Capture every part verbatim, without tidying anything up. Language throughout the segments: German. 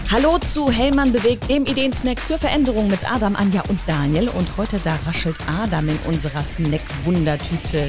Hallo zu Hellmann bewegt, dem Ideensnack für Veränderung mit Adam, Anja und Daniel. Und heute, da raschelt Adam in unserer Snack-Wundertüte.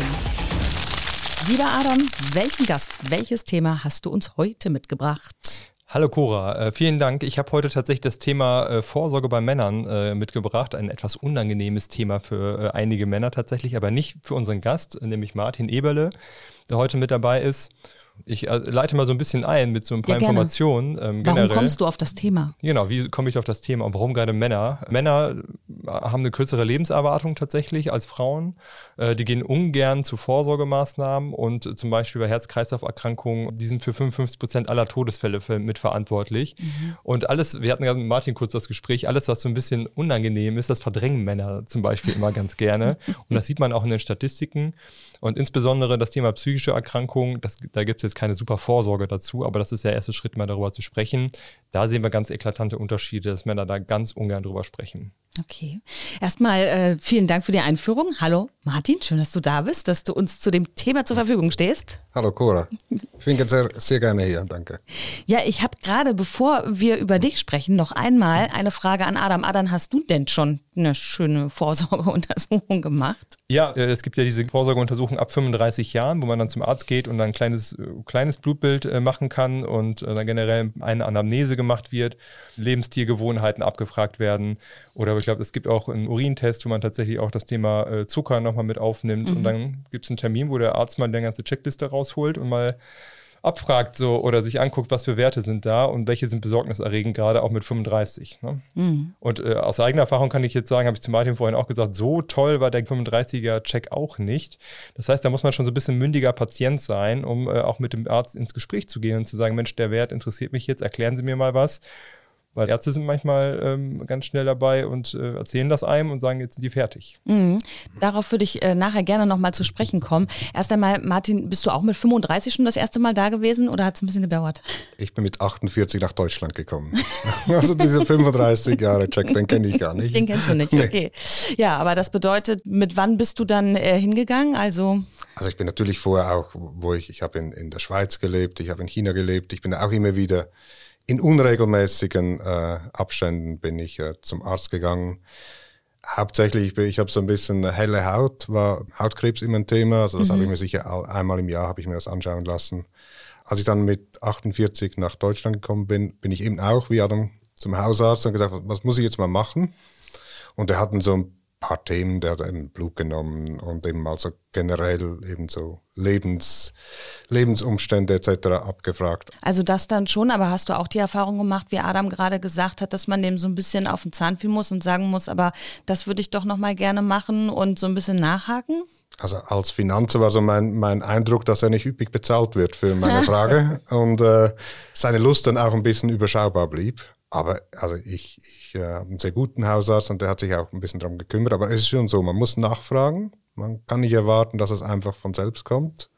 Lieber Adam, welchen Gast, welches Thema hast du uns heute mitgebracht? Hallo Cora, äh, vielen Dank. Ich habe heute tatsächlich das Thema äh, Vorsorge bei Männern äh, mitgebracht. Ein etwas unangenehmes Thema für äh, einige Männer tatsächlich, aber nicht für unseren Gast, nämlich Martin Eberle, der heute mit dabei ist. Ich äh, leite mal so ein bisschen ein mit so ein paar ja, Informationen. Ähm, warum kommst du auf das Thema? Genau, wie komme ich auf das Thema und warum gerade Männer? Männer haben eine kürzere Lebenserwartung tatsächlich als Frauen. Äh, die gehen ungern zu Vorsorgemaßnahmen und zum Beispiel bei Herz-Kreislauf-Erkrankungen, die sind für fünfundfünfzig Prozent aller Todesfälle für, mitverantwortlich. Mhm. Und alles, wir hatten ja mit Martin kurz das Gespräch, alles, was so ein bisschen unangenehm ist, das verdrängen Männer zum Beispiel immer ganz gerne. Und das sieht man auch in den Statistiken. Und insbesondere das Thema psychische Erkrankungen, das, da gibt es jetzt keine super Vorsorge dazu, aber das ist der erste Schritt, mal darüber zu sprechen. Da sehen wir ganz eklatante Unterschiede, dass Männer da ganz ungern drüber sprechen. Okay. Erstmal äh, vielen Dank für die Einführung. Hallo Martin, schön, dass du da bist, dass du uns zu dem Thema zur Verfügung stehst. Hallo Cora, ich bin jetzt sehr, sehr gerne hier, danke. Ja, ich habe gerade, bevor wir über dich sprechen, noch einmal eine Frage an Adam. Adam, hast du denn schon eine schöne Vorsorgeuntersuchung gemacht? Ja, es gibt ja diese Vorsorgeuntersuchung ab fünfunddreißig Jahren, wo man dann zum Arzt geht und dann ein kleines, kleines Blutbild machen kann und dann generell eine Anamnese gemacht wird, Lebensstilgewohnheiten abgefragt werden. Oder ich glaube, es gibt auch einen Urintest, wo man tatsächlich auch das Thema Zucker nochmal mit aufnimmt. Mhm. Und dann gibt es einen Termin, wo der Arzt mal eine ganze Checkliste rausholt und mal abfragt so oder sich anguckt, was für Werte sind da und welche sind besorgniserregend, gerade auch mit fünfunddreißig. Ne? Mhm. Und äh, aus eigener Erfahrung kann ich jetzt sagen, habe ich zu Martin vorhin auch gesagt, so toll war der fünfunddreißiger-Check auch nicht. Das heißt, da muss man schon so ein bisschen mündiger Patient sein, um äh, auch mit dem Arzt ins Gespräch zu gehen und zu sagen, Mensch, der Wert interessiert mich jetzt, erklären Sie mir mal was. Weil Ärzte sind manchmal ähm, ganz schnell dabei und äh, erzählen das einem und sagen, jetzt sind die fertig. Mhm. Darauf würde ich äh, nachher gerne nochmal zu sprechen kommen. Erst einmal, Martin, bist du auch mit fünfunddreißig schon das erste Mal da gewesen oder hat es ein bisschen gedauert? Ich bin mit achtundvierzig nach Deutschland gekommen. Also diese fünfunddreißig Jahre Check, den kenne ich gar nicht. Den kennst du nicht, okay. Nee. Ja, aber das bedeutet, mit wann bist du dann äh, hingegangen? Also also ich bin natürlich vorher auch, wo ich, ich habe in, in der Schweiz gelebt, ich habe in China gelebt, ich bin auch immer wieder in unregelmäßigen äh, Abständen bin ich äh, zum Arzt gegangen. Hauptsächlich, ich, ich habe so ein bisschen helle Haut, war Hautkrebs immer ein Thema. Also das mhm. habe ich mir sicher einmal im Jahr habe ich mir das anschauen lassen. Als ich dann mit achtundvierzig nach Deutschland gekommen bin, bin ich eben auch wie Adam zum Hausarzt und gesagt, was muss ich jetzt mal machen? Und er hatten so ein paar Themen, der hat eben Blut genommen und eben also generell eben so Lebens, Lebensumstände et cetera abgefragt. Also das dann schon, aber hast du auch die Erfahrung gemacht, wie Adam gerade gesagt hat, dass man dem so ein bisschen auf den Zahn fühlen muss und sagen muss, aber das würde ich doch noch mal gerne machen und so ein bisschen nachhaken? Also als Finanzer war so mein, mein Eindruck, dass er nicht üppig bezahlt wird für meine Frage und äh, seine Lust dann auch ein bisschen überschaubar blieb. Aber also ich, ich äh, habe einen sehr guten Hausarzt und der hat sich auch ein bisschen darum gekümmert. Aber es ist schon so, man muss nachfragen. Man kann nicht erwarten, dass es einfach von selbst kommt.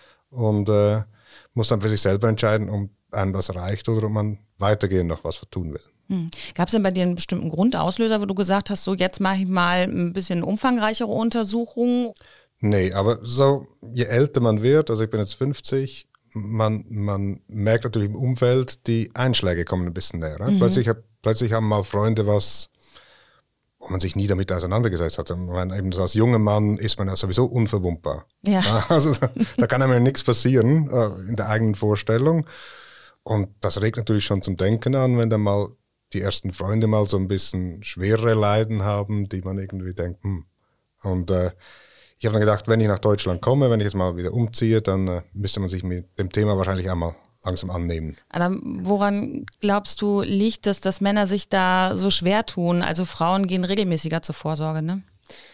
Und äh, muss dann für sich selber entscheiden, ob einem das reicht oder ob man weitergehend noch was tun will. Hm. Gab es denn bei dir einen bestimmten Grundauslöser, wo du gesagt hast, so jetzt mache ich mal ein bisschen umfangreichere Untersuchungen? Nee, aber so je älter man wird, also ich bin jetzt fünfzig, Man, man merkt natürlich im Umfeld, die Einschläge kommen ein bisschen näher. Mhm. Plötzlich, plötzlich haben mal Freunde was, wo man sich nie damit auseinandergesetzt hat. Man, eben als junger Mann ist man ja sowieso unverwundbar. Ja. Also da, da kann einem nichts passieren äh, in der eigenen Vorstellung. Und das regt natürlich schon zum Denken an, wenn dann mal die ersten Freunde mal so ein bisschen schwerere Leiden haben, die man irgendwie denkt, hm. Und äh, ich habe dann gedacht, wenn ich nach Deutschland komme, wenn ich jetzt mal wieder umziehe, dann äh, müsste man sich mit dem Thema wahrscheinlich einmal langsam annehmen. Adam, woran glaubst du, liegt es, dass Männer sich da so schwer tun? Also Frauen gehen regelmäßiger zur Vorsorge, ne?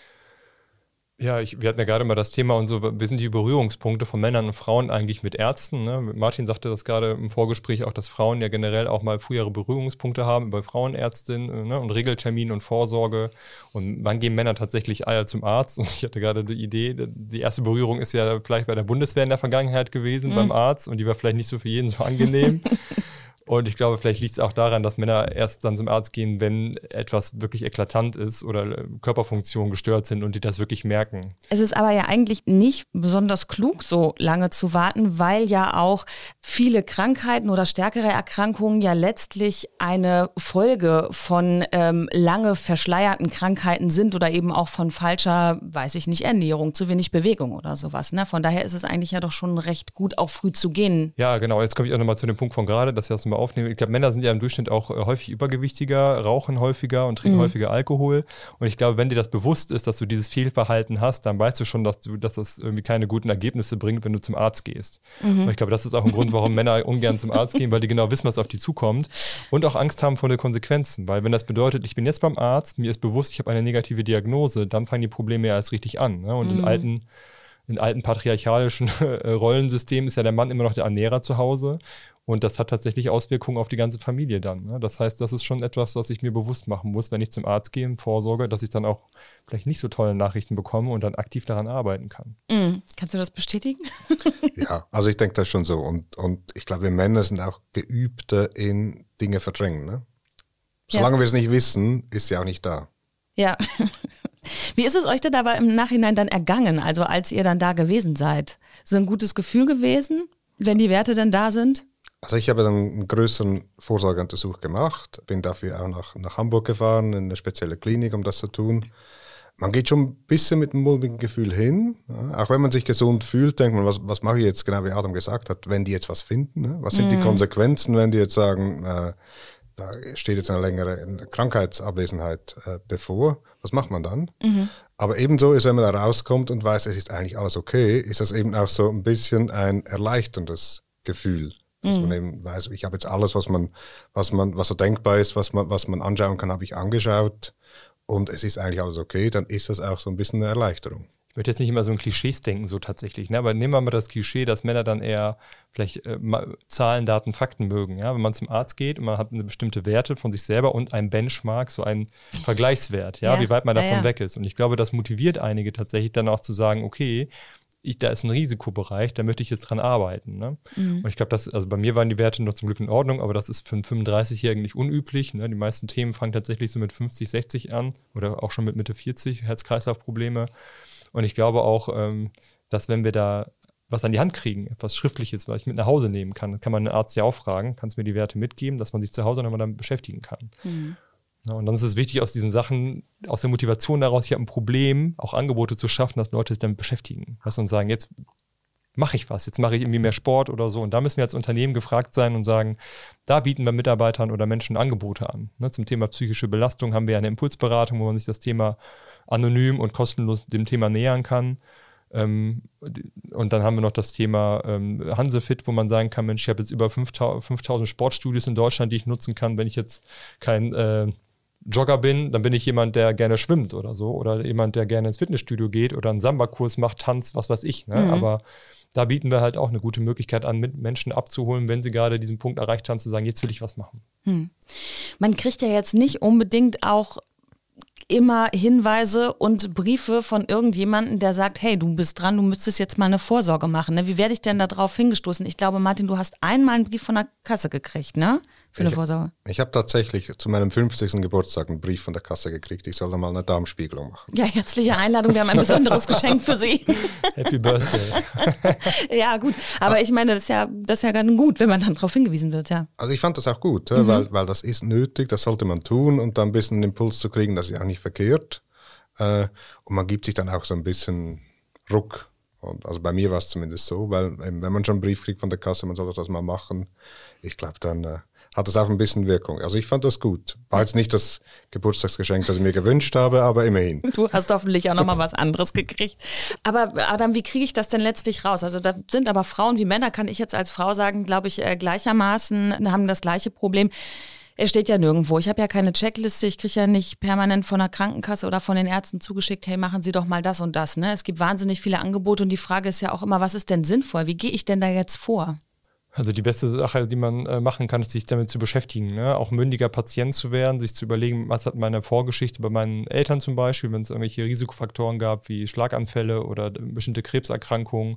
Ja, ich, wir hatten ja gerade mal das Thema und so, wir sind die Berührungspunkte von Männern und Frauen eigentlich mit Ärzten. Ne? Martin sagte das gerade im Vorgespräch auch, dass Frauen ja generell auch mal frühere Berührungspunkte haben bei Frauenärztinnen, ne? Und Regeltermin und Vorsorge. Und wann gehen Männer tatsächlich alle zum Arzt? Und ich hatte gerade die Idee, die erste Berührung ist ja vielleicht bei der Bundeswehr in der Vergangenheit gewesen, mhm. beim Arzt. Und die war vielleicht nicht so für jeden so angenehm. Und ich glaube, vielleicht liegt es auch daran, dass Männer erst dann zum Arzt gehen, wenn etwas wirklich eklatant ist oder Körperfunktionen gestört sind und die das wirklich merken. Es ist aber ja eigentlich nicht besonders klug, so lange zu warten, weil ja auch viele Krankheiten oder stärkere Erkrankungen ja letztlich eine Folge von ähm, lange verschleierten Krankheiten sind oder eben auch von falscher, weiß ich nicht, Ernährung, zu wenig Bewegung oder sowas. Ne? Von daher ist es eigentlich ja doch schon recht gut, auch früh zu gehen. Ja, genau. Jetzt komme ich auch nochmal zu dem Punkt von gerade, dass wir das nochmal aufnehmen. Ich glaube, Männer sind ja im Durchschnitt auch äh, häufig übergewichtiger, rauchen häufiger und trinken mhm. häufiger Alkohol. Und ich glaube, wenn dir das bewusst ist, dass du dieses Fehlverhalten hast, dann weißt du schon, dass du, dass das irgendwie keine guten Ergebnisse bringt, wenn du zum Arzt gehst. Mhm. Und ich glaube, das ist auch ein Grund, warum Männer ungern zum Arzt gehen, weil die genau wissen, was auf die zukommt und auch Angst haben vor den Konsequenzen. Weil wenn das bedeutet, ich bin jetzt beim Arzt, mir ist bewusst, ich habe eine negative Diagnose, dann fangen die Probleme ja erst richtig an. Ne? Und mhm. in alten in alten patriarchalischen äh, Rollensystemen ist ja der Mann immer noch der Ernährer zu Hause. Und das hat tatsächlich Auswirkungen auf die ganze Familie dann. Ne? Das heißt, das ist schon etwas, was ich mir bewusst machen muss, wenn ich zum Arzt gehe, in Vorsorge, dass ich dann auch vielleicht nicht so tolle Nachrichten bekomme und dann aktiv daran arbeiten kann. Mhm. Kannst du das bestätigen? Ja, also ich denke das schon so. Und, und ich glaube, wir Männer sind auch geübter in Dinge verdrängen. Ne? Solange ja. wir es nicht wissen, ist sie auch nicht da. Ja. Wie ist es euch denn aber im Nachhinein dann ergangen, also als ihr dann da gewesen seid? Ist es ein gutes Gefühl gewesen, wenn die Werte dann da sind? Also ich habe dann einen größeren Vorsorgeuntersuch gemacht, bin dafür auch nach, nach Hamburg gefahren, in eine spezielle Klinik, um das zu tun. Man geht schon ein bisschen mit einem mulmigen Gefühl hin. Ja, auch wenn man sich gesund fühlt, denkt man, was, was mache ich jetzt, genau wie Adam gesagt hat, wenn die jetzt was finden? Ne? Was sind mhm. die Konsequenzen, wenn die jetzt sagen, äh, da steht jetzt eine längere Krankheitsabwesenheit äh, bevor. Was macht man dann? Mhm. Aber ebenso ist, wenn man da rauskommt und weiß, es ist eigentlich alles okay, ist das eben auch so ein bisschen ein erleichterndes Gefühl. Dass mhm. man eben weiß, ich habe jetzt alles, was man, was man, was so denkbar ist, was man, was man anschauen kann, habe ich angeschaut und es ist eigentlich alles okay, dann ist das auch so ein bisschen eine Erleichterung. Ich möchte jetzt nicht immer so in Klischees denken, so tatsächlich, ne? Aber nehmen wir mal das Klischee, dass Männer dann eher vielleicht äh, Zahlen, Daten, Fakten mögen. Ja? Wenn man zum Arzt geht und man hat eine bestimmte Werte von sich selber und einen Benchmark, so einen Vergleichswert, ja? Ja, wie weit man davon ja, ja. weg ist. Und ich glaube, das motiviert einige tatsächlich dann auch zu sagen, okay, Ich, da ist ein Risikobereich, da möchte ich jetzt dran arbeiten. Ne? Mhm. Und ich glaube, das, also bei mir waren die Werte noch zum Glück in Ordnung, aber das ist für einen fünfunddreißigjährigen nicht unüblich. Ne? Die meisten Themen fangen tatsächlich so mit fünfzig, sechzig an oder auch schon mit Mitte vierzig, Herz-Kreislauf-Probleme. Und ich glaube auch, ähm, dass wenn wir da was an die Hand kriegen, etwas Schriftliches, was ich mit nach Hause nehmen kann, dann kann man den Arzt ja auch fragen, kannst du mir die Werte mitgeben, dass man sich zu Hause nochmal damit beschäftigen kann. Mhm. Ja, und dann ist es wichtig, aus diesen Sachen, aus der Motivation daraus, ich habe ein Problem, auch Angebote zu schaffen, dass Leute sich damit beschäftigen. Weißt du, und sagen, jetzt mache ich was, jetzt mache ich irgendwie mehr Sport oder so. Und da müssen wir als Unternehmen gefragt sein und sagen, da bieten wir Mitarbeitern oder Menschen Angebote an. Ne, zum Thema psychische Belastung haben wir eine Impulsberatung, wo man sich das Thema anonym und kostenlos dem Thema nähern kann. Ähm, und dann haben wir noch das Thema ähm, Hansefit, wo man sagen kann, Mensch, ich habe jetzt über fünftausend Sportstudios in Deutschland, die ich nutzen kann, wenn ich jetzt kein äh, Jogger bin, dann bin ich jemand, der gerne schwimmt oder so oder jemand, der gerne ins Fitnessstudio geht oder einen Samba-Kurs macht, Tanz, was weiß ich. Ne? Mhm. Aber da bieten wir halt auch eine gute Möglichkeit an, mit Menschen abzuholen, wenn sie gerade diesen Punkt erreicht haben, zu sagen, jetzt will ich was machen. Mhm. Man kriegt ja jetzt nicht unbedingt auch immer Hinweise und Briefe von irgendjemandem, der sagt, hey, du bist dran, du müsstest jetzt mal eine Vorsorge machen. Ne? Wie werde ich denn da drauf hingestoßen? Ich glaube, Martin, du hast einmal einen Brief von der Kasse gekriegt, ne? Für eine ich, Vorsorge. Ich habe tatsächlich zu meinem fünfzigsten Geburtstag einen Brief von der Kasse gekriegt. Ich soll da mal eine Darmspiegelung machen. Ja, herzliche Einladung. Wir haben ein besonderes Geschenk für Sie. Happy Birthday. Ja, gut. Aber ich meine, das ist ja, das ist ja ganz gut, wenn man dann darauf hingewiesen wird, ja. Also ich fand das auch gut, mhm. weil, weil das ist nötig, das sollte man tun und dann ein bisschen einen Impuls zu kriegen, das ist auch nicht verkehrt. Und man gibt sich dann auch so ein bisschen Ruck. Und also bei mir war es zumindest so, weil wenn man schon einen Brief kriegt von der Kasse, man soll das mal machen. Ich glaube, dann äh, hat das auch ein bisschen Wirkung. Also ich fand das gut. War jetzt nicht das Geburtstagsgeschenk, das ich mir gewünscht habe, aber immerhin. Du hast hoffentlich auch nochmal was anderes gekriegt. Aber Adam, wie kriege ich das denn letztlich raus? Also da sind aber Frauen wie Männer, kann ich jetzt als Frau sagen, glaube ich, äh, gleichermaßen haben das gleiche Problem. Er steht ja nirgendwo. Ich habe ja keine Checkliste. Ich kriege ja nicht permanent von der Krankenkasse oder von den Ärzten zugeschickt, hey, machen Sie doch mal das und das. Ne? Es gibt wahnsinnig viele Angebote und die Frage ist ja auch immer, was ist denn sinnvoll? Wie gehe ich denn da jetzt vor? Also die beste Sache, die man äh, machen kann, ist, sich damit zu beschäftigen. Ne? Auch mündiger Patient zu werden, sich zu überlegen, was hat meine Vorgeschichte bei meinen Eltern zum Beispiel, wenn es irgendwelche Risikofaktoren gab, wie Schlaganfälle oder bestimmte Krebserkrankungen.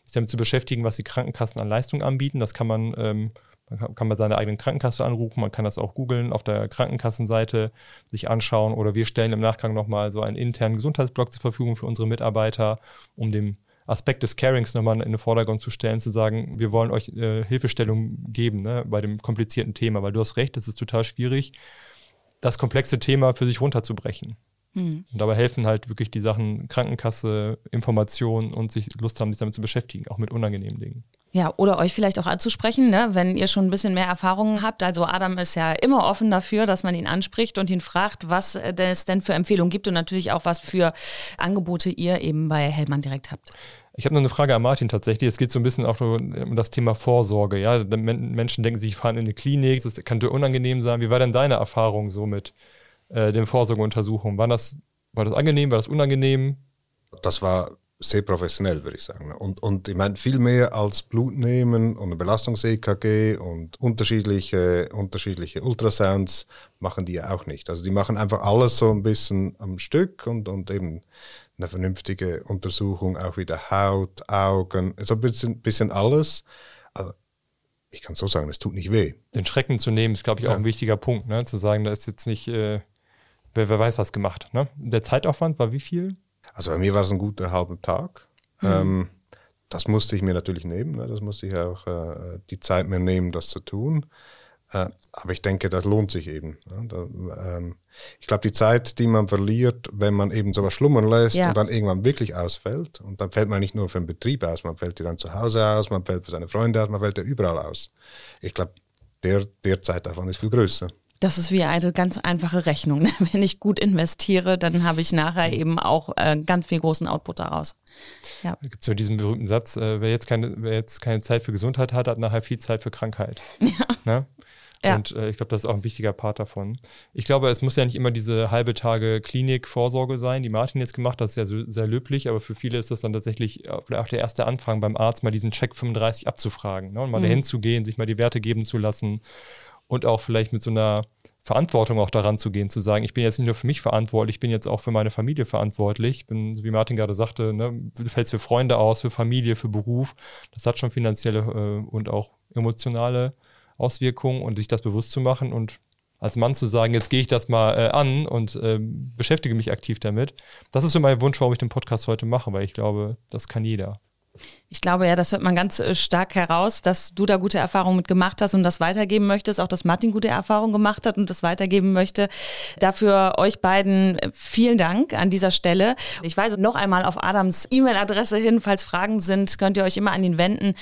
sich damit zu beschäftigen, was die Krankenkassen an Leistungen anbieten. Das kann man, ähm, man kann, kann bei seiner eigenen Krankenkasse anrufen, man kann das auch googeln, auf der Krankenkassenseite sich anschauen oder wir stellen im Nachgang nochmal so einen internen Gesundheitsblog zur Verfügung für unsere Mitarbeiter, um den Aspekt des Carings nochmal in den Vordergrund zu stellen, zu sagen, wir wollen euch äh, Hilfestellung geben, ne, bei dem komplizierten Thema, weil du hast recht, es ist total schwierig, das komplexe Thema für sich runterzubrechen. Hm. Und dabei helfen halt wirklich die Sachen Krankenkasse, Information und sich Lust haben, sich damit zu beschäftigen, auch mit unangenehmen Dingen. Ja, oder euch vielleicht auch anzusprechen, ne, wenn ihr schon ein bisschen mehr Erfahrungen habt. Also Adam ist ja immer offen dafür, dass man ihn anspricht und ihn fragt, was es denn für Empfehlungen gibt und natürlich auch, was für Angebote ihr eben bei Hellmann direkt habt. Ich habe noch eine Frage an Martin tatsächlich. Es geht so ein bisschen auch um das Thema Vorsorge. Ja? Menschen denken sich, sie fahren in eine Klinik, das kann unangenehm sein. Wie war denn deine Erfahrung so mit äh, den Vorsorgeuntersuchungen? War das, war das angenehm, war das unangenehm? Das war sehr professionell, würde ich sagen. Und, und ich meine, viel mehr als Blut nehmen und ein Belastungs-E K G und unterschiedliche, unterschiedliche Ultrasounds machen die ja auch nicht. Also die machen einfach alles so ein bisschen am Stück und, und eben eine vernünftige Untersuchung, auch wieder Haut, Augen, so ein bisschen, bisschen alles. Also ich kann so sagen, es tut nicht weh. Den Schrecken zu nehmen, ist, glaube ich, auch ja. ein wichtiger Punkt, ne? Zu sagen, da ist jetzt nicht, äh, wer, wer weiß, was gemacht. Ne? Der Zeitaufwand war wie viel? Also bei mir war es ein guter halber Tag. Mhm. Ähm, das musste ich mir natürlich nehmen. Ne? Das musste ich auch äh, die Zeit mir nehmen, das zu tun. Äh, aber ich denke, das lohnt sich eben. Ne? Da, ähm, ich glaube, die Zeit, die man verliert, wenn man eben sowas schlummern lässt ja. und dann irgendwann wirklich ausfällt, und dann fällt man nicht nur für den Betrieb aus, man fällt ja dann zu Hause aus, man fällt für seine Freunde aus, man fällt ja überall aus. Ich glaube, der, der Zeitaufwand ist viel größer. Das ist wie eine ganz einfache Rechnung. Wenn ich gut investiere, dann habe ich nachher eben auch äh, ganz viel großen Output daraus. Ja. Da gibt es ja diesen berühmten Satz, äh, wer, jetzt keine, wer jetzt keine Zeit für Gesundheit hat, hat nachher viel Zeit für Krankheit. Ja. Ne? Ja. Und äh, ich glaube, das ist auch ein wichtiger Part davon. Ich glaube, es muss ja nicht immer diese halbe Tage Klinik-Vorsorge sein, die Martin jetzt gemacht hat. Das ist ja so, sehr löblich, aber für viele ist das dann tatsächlich auch der erste Anfang beim Arzt, mal diesen Check fünfunddreißig abzufragen, ne? Und mal mhm. dahin zu gehen, sich mal die Werte geben zu lassen. Und auch vielleicht mit so einer Verantwortung auch daran zu gehen, zu sagen, ich bin jetzt nicht nur für mich verantwortlich, ich bin jetzt auch für meine Familie verantwortlich. Ich bin, so wie Martin gerade sagte, ne, du fällst für Freunde aus, für Familie, für Beruf. Das hat schon finanzielle äh, und auch emotionale Auswirkungen und sich das bewusst zu machen und als Mann zu sagen, jetzt gehe ich das mal äh, an und äh, beschäftige mich aktiv damit. Das ist so mein Wunsch, warum ich den Podcast heute mache, weil ich glaube, das kann jeder. Ich glaube, ja, das hört man ganz stark heraus, dass du da gute Erfahrungen mit gemacht hast und das weitergeben möchtest, auch dass Martin gute Erfahrungen gemacht hat und das weitergeben möchte. Dafür euch beiden vielen Dank an dieser Stelle. Ich weise noch einmal auf Adams E-Mail-Adresse hin, falls Fragen sind, könnt ihr euch immer an ihn wenden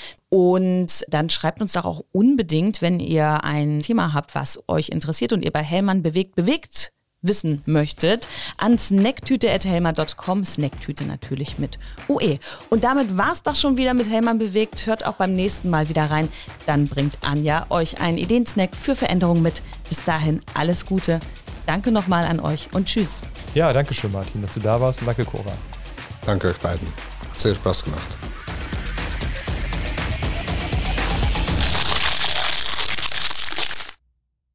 und dann schreibt uns doch auch unbedingt, wenn ihr ein Thema habt, was euch interessiert und ihr bei Hellmann bewegt, bewegt wissen möchtet, an snacktüte at hellmann punkt com, Snacktüte natürlich mit O E. Und damit war's doch schon wieder mit Hellmann bewegt. Hört auch beim nächsten Mal wieder rein. Dann bringt Anja euch einen Ideensnack für Veränderung mit. Bis dahin alles Gute. Danke nochmal an euch und tschüss. Ja, danke schön, Martin, dass du da warst und danke, Cora. Danke euch beiden. Hat sehr Spaß gemacht.